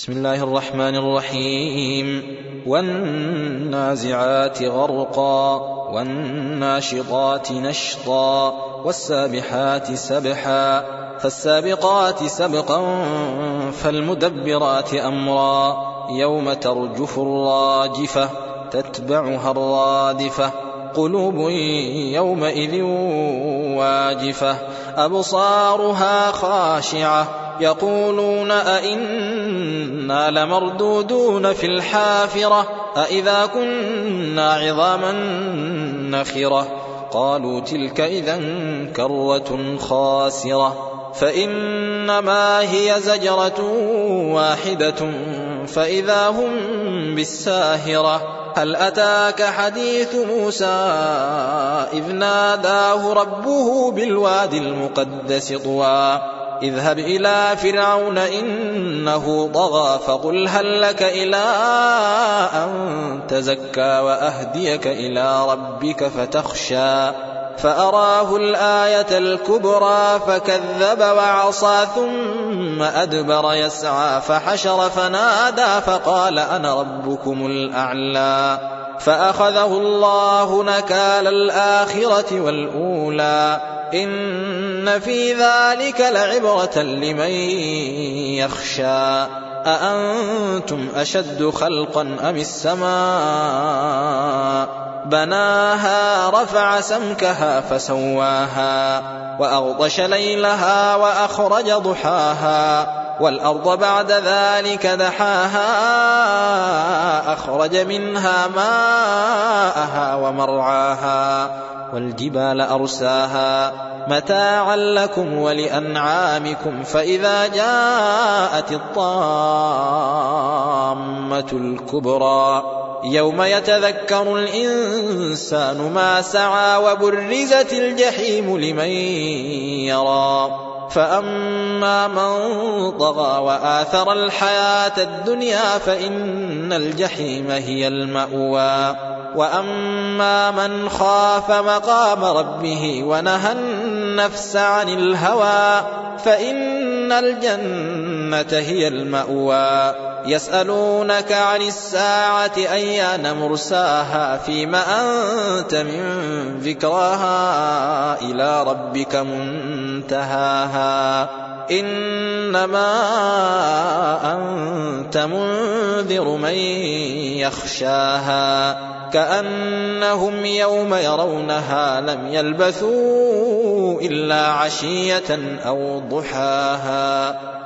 بسم الله الرحمن الرحيم. والنازعات غرقا والناشطات نشطا والسابحات سبحا فالسابقات سبقا فالمدبرات أمرا يوم ترجف الراجفة تتبعها الرادفة قلوب يومئذ واجفة أبصارها خاشعة يقولون أئنا لمردودون في الحافرة أئذا كنا عظاما نخرة قالوا تلك إذا كرة خاسرة فإنما هي زجرة واحدة فإذا هم بالساهرة هل أتاك حديث موسى إذ ناداه ربه بالوادي المقدس طوى اذهب إلى فرعون إنه طغى فقل هل لك إلى أن تزكى وأهديك إلى ربك فتخشى فأراه الآية الكبرى فكذب وعصى ثم أدبر يسعى فحشر فنادى فقال أنا ربكم الأعلى فأخذه الله نكال الآخرة والأولى إن في ذلك لعبرة لمن يخشى أأنتم أشد خلقا أم السماء بناها رفع سمكها فسواها وأغطش ليلها وأخرج ضحاها والأرض بعد ذلك دحاها أخرج منها ماءها ومرعاها والجبال أرساها متاعا لكم ولأنعامكم فإذا جاءت الطامة الكبرى يوم يتذكر الإنسان ما سعى وبرزت الجحيم لمن يرى فأما من طغى وآثر الحياة الدنيا فإن الجحيم هي المأوى وأما من خاف مقام ربه ونهى النفس عن الهوى فإن الجنة هي المأوى يسألونك عن الساعة أيان مرساها فيما أنت من ذكراها إلى ربك منتهاها إنما أنت منذر من يخشاها كأنهم يوم يرونها لم يلبثوا إلا عشية أو ضحاها